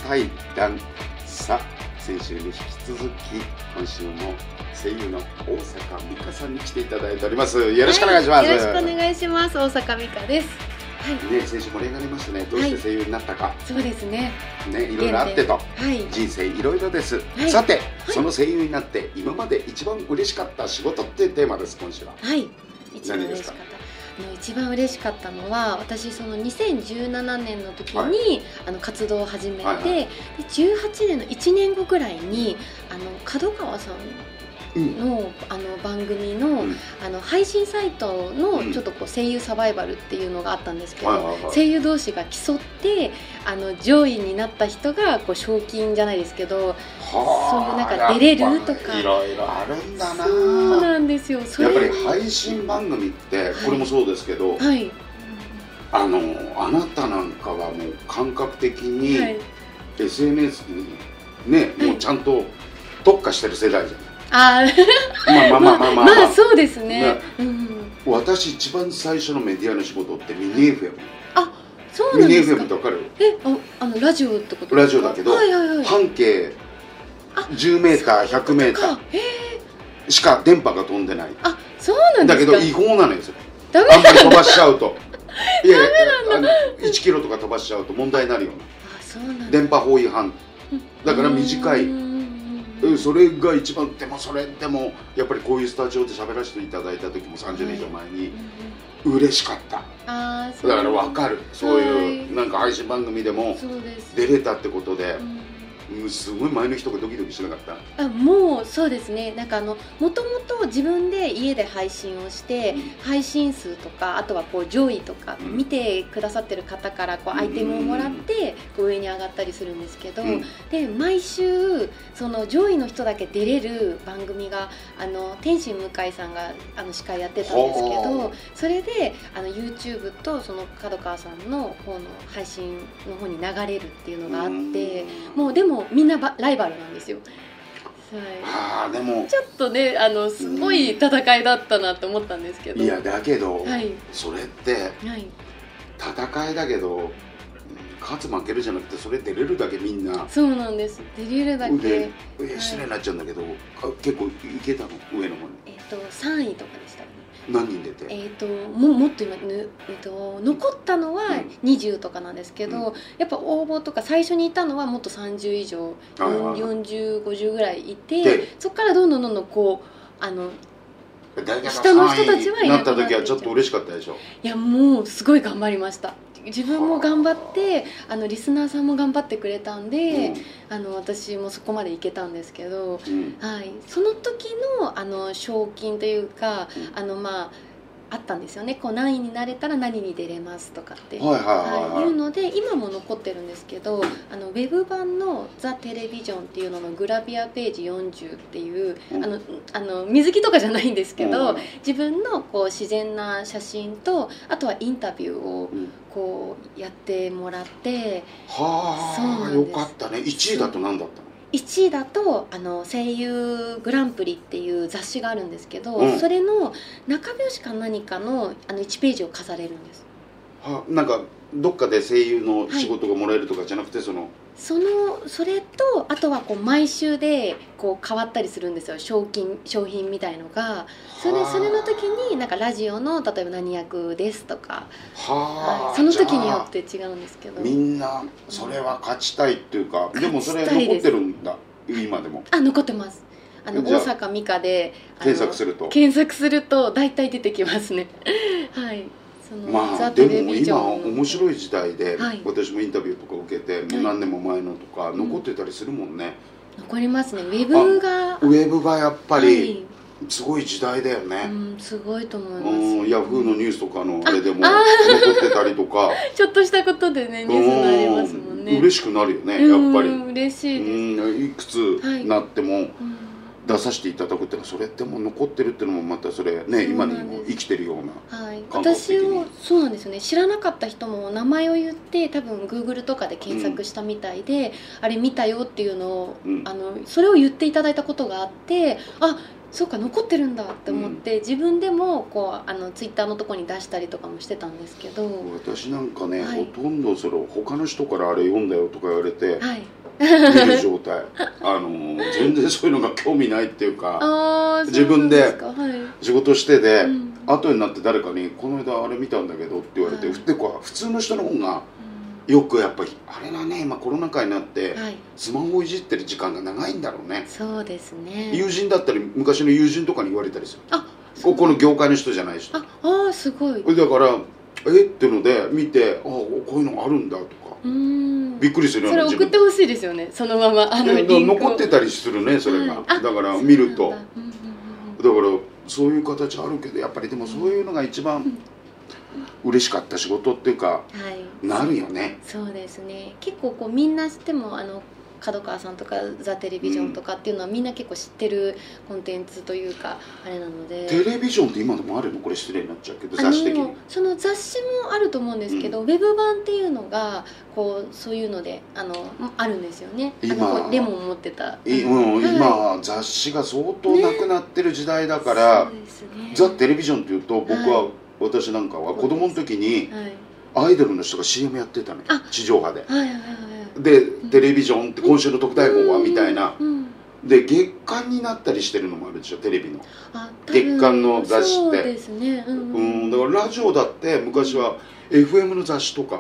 対談。さあ、先週に引き続き今週も声優の大坂美香さんに来ていただいております。よろしくお願いします。 よろしくお願いします。大坂美香です。はい。 ね、先週盛り上がりましたね。どうして声優になったか。 そうですね。 ね、いろいろあってと。人生いろいろです。さて、その声優になって今まで一番嬉しかった仕事っていうテーマです。今週は。 はい。一番嬉しかった。一番嬉しかったのは、私その2017年の時に、活動を始めて、18年の1年後ぐらいに角川さんの、番組の、配信サイトのちょっとこう声優サバイバルっていうのがあったんですけど、声優同士が競って上位になった人がこう賞金じゃないですけど、そういうなんか出れるとかいろいろあるんだな。 そうなんですよ。 やっぱり配信番組ってこれもそうですけど、あなたなんかはもう感覚的に SNS にね、もうちゃんと特化してる世代じゃん。まあそうですね。 私一番最初のメディアの仕事ってミニ FM。 あ、そうなんですか。 ミニ FM ってわかる？ ラジオってこと？ ラジオだけど半径10メーター100メーターしか電波が飛んでない。 あ、そうなんですか。 だけど違法なのよ。 ダメなんだ。 あんまり飛ばしちゃうと、いや1キロとか飛ばしちゃうと問題になるような。 あ、そうなんだ。 電波法違反だから短い。それが一番。でもそれでもやっぱりこういうスタジオで喋らせていただいた時も30年以上前に嬉しかった。だから分かる。そういうなんか配信番組でも出れたってことですごい前の人がドキドキしなかった？ もうそうですね。なんかもともと自分で家で配信をして、配信数とかあとはこう上位とか見てくださってる方からこうアイテムをもらってこう上に上がったりするんですけど、で毎週その上位の人だけ出れる番組が天心向井さんが司会やってたんですけど、それでYouTube とその角川さんの方の配信の方に流れるっていうのがあって、もうでもみんなライバルなんですよ。 でもちょっとねすごい戦いだったなと思ったんですけど。 いやだけど、それって戦いだけど勝つ負けるじゃなくて、それ出れるだけみんな。そうなんです。出れるだけ。 失礼になっちゃうんだけど、結構いけたの？上の方に。 3位とかでした。 何人出て？ もっと今、残ったのは20とかなんですけど、やっぱ応募とか最初にいたのはもっと30以上、40、50ぐらいいて、そこからどんどんこう下の人たちはいなくなって。 なった時はちょっと嬉しかったでしょ？ いやもうすごい頑張りました。自分も頑張ってリスナーさんも頑張ってくれたんで、私もそこまでいけたんですけど、その時の賞金というかあったんですよね。こう何位になれたら何に出れますとかっていうので今も残ってるんですけど、ウェブ版の「ザ・テレビジョン」っていうののグラビアページ40っていう水着とかじゃないんですけど、自分のこう自然な写真とあとはインタビューをこうやってもらって。 よかったね。1位だと何だったの ？1位だと声優グランプリっていう雑誌があるんですけど、それの中表紙か何かの1ページを飾れるんです。 なんかどっかで声優の仕事がもらえるとかじゃなくて、それとあとはこう毎週でこう変わったりするんですよ。商品みたいのが。それの時になんかラジオの例えば何役ですとか、その時によって違うんですけど、 みんなそれは勝ちたいっていうか、でもそれ残ってるんだ今でも。 残ってます。大坂美香で検索すると大体出てきますね。 でも今面白い時代で、私もインタビューとか受けてもう何年も前のとか残ってたりするもんね。 残りますね。ウェブがやっぱりすごい時代だよね。 すごいと思います。 ヤフーのニュースとかのあれでも残ってたりとか、 ちょっとしたことでねニュースになりますもんね。 嬉しくなるよね、やっぱり。 嬉しいです。 いくつなっても出させていただくっていうのは、それってもう残ってるっていうのもまたそれね、今にも生きてるような。 私をそうなんですよね。知らなかった人も名前を言って多分 Google とかで検索したみたいで、あれ見たよっていうのをそれを言っていただいたことがあって、そうか残ってるんだって思って、自分でもこうツイッターのとこに出したりとかもしてたんですけど、 私なんかね、ほとんどそれを他の人からあれ読んだよとか言われて、 見る状態全然そういうのが興味ないっていうか、自分で仕事してで、後になって誰かに「この間あれ見たんだけど」って言われて、普通の人の方がよくやっぱりあれだね、今コロナ禍になってスマホをいじってる時間が長いんだろうね。 そうですね。 友人だったり昔の友人とかに言われたりする。この業界の人じゃない人。 すごい。 だからっていうので見て、こういうのがあるんだとかびっくりするよね。 それ送ってほしいですよね、そのままリンク残ってたりするね、それが。だから見ると、だからそういう形あるけど、やっぱりでもそういうのが一番嬉しかった仕事っていうか、なるよね。 そうですね。結構こうみんな知っても角川さんとかザ・テレビジョンとかっていうのはみんな結構知ってるコンテンツというかあれなので。 テレビジョンって今でもあるの？これ失礼になっちゃうけど、雑誌的に。 その雑誌もあると思うんですけど、ウェブ版っていうのがこうそういうのであるんですよね。今レモン持ってた。 今雑誌が相当なくなってる時代だから、ザ・テレビジョンっていうと私なんかは子供の時にアイドルの人が CM やってたの、地上波で。でテレビジョンって今週の特大号はみたいなで月間になったりしてるのもあるでしょ、テレビの月間の雑誌って。だからラジオだって昔は FM の雑誌とか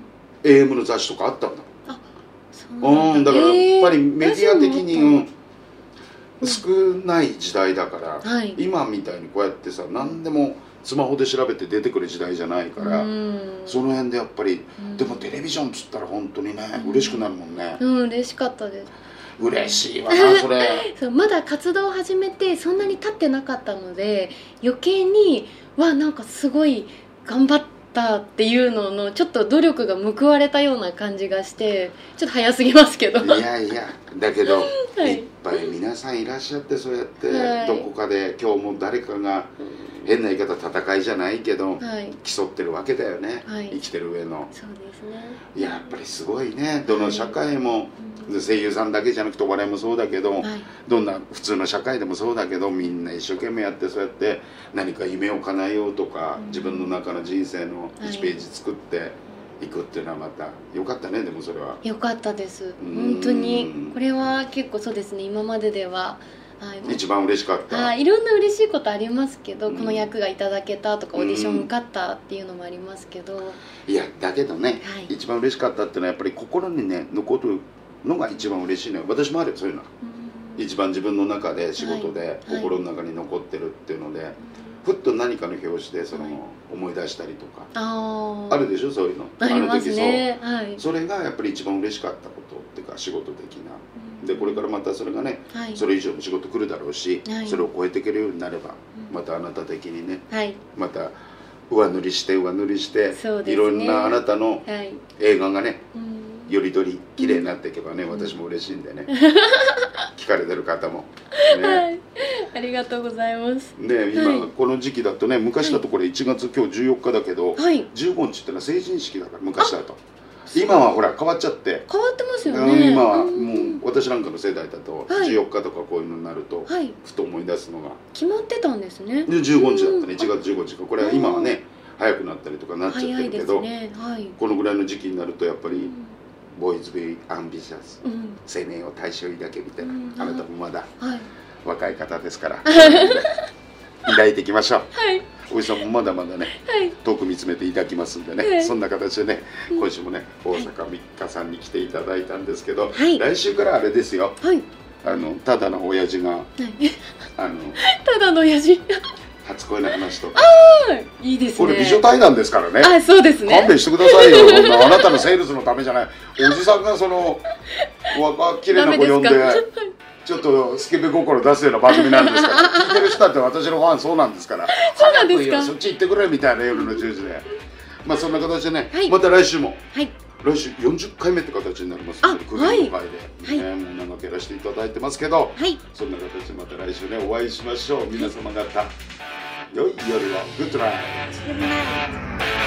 AM の雑誌とかあったんだ。だからやっぱりメディア的に少ない時代だから、今みたいにこうやってさ何でもスマホで調べて出てくる時代じゃないから、その辺でやっぱりでもテレビジョンっつったら本当にね嬉しくなるもんね。 嬉しかったです。 嬉しいわなそれ。 まだ活動を始めてそんなに経ってなかったので余計になんかすごい頑張ったっていうののちょっと努力が報われたような感じがしてちょっと早すぎますけど。 いやいやだけど、いっぱい皆さんいらっしゃって、そうやってどこかで今日も誰かが変な言い方戦いじゃないけど、競ってるわけだよね、生きてる上の。 そうですね。 やっぱりすごいね。どの社会も、声優さんだけじゃなくてお笑いもそうだけど、どんな普通の社会でもそうだけど、みんな一生懸命やってそうやって何か夢を叶えようとか、自分の中の人生の1ページ作っていくっていうのはまた良かったね。でもそれは良かったです。本当にこれは結構そうですね、今まででは一番嬉しかった。 いろんな嬉しいことありますけど、この役がいただけたとかオーディション受かったっていうのもありますけど、 いやだけどね、一番嬉しかったっていうのはやっぱり心にね残るのが一番嬉しいのよ。私もあるよそういうの。一番自分の中で仕事で心の中に残ってるっていうので、ふっと何かの表紙で思い出したりとかあるでしょ、そういうの。 ありますね。 それがやっぱり一番嬉しかったことっていうか仕事的な。でこれからまたそれがね、それ以上の仕事来るだろうし、それを超えていけるようになれば、またあなた的にね、また上塗りしていろんなあなたの映画がね、よりどり綺麗になっていけばね、私も嬉しいんでね聞かれてる方もありがとうございますね。今この時期だとね、昔だとこれ1月今日14日だけど、15日ってのは成人式だから、昔だと。今はほら変わっちゃってますよね。 今はもう私なんかの世代だと14日とかこういうのになるとふと思い出すのが決まってたんですね。 で15日だったね、1月15日か。これは今はね早くなったりとかなっちゃってるけど、このぐらいの時期になるとやっぱりボーイズ・ビー・アンビシャス、青年を大将抱けみたいな、あなたもまだ若い方ですから抱いていきましょう。おじさんもまだまだね、遠く見つめていただきますんでね、そんな形でね、今週もね大阪三日さんに来ていただいたんですけど、来週からあれですよ、ただの親父がただの親父初恋の話とか。 いいですね。 これ美女対談ですからね。 そうですね。 勘弁してくださいよ。あなたのセールスのためじゃない。おじさんが綺麗な子呼んでちょっとスケベ心出すような番組なんですから聞いてる人だって私のファンそうなんですから、 そうなんですか。 そっち行ってくれみたいな夜の10時で、そんな形でね、また来週も来週40回目って形になりますので、クルーの会でもう長くやらせていただいてますけど、そんな形でまた来週ねお会いしましょう。皆様方良い夜を。グッドナイト。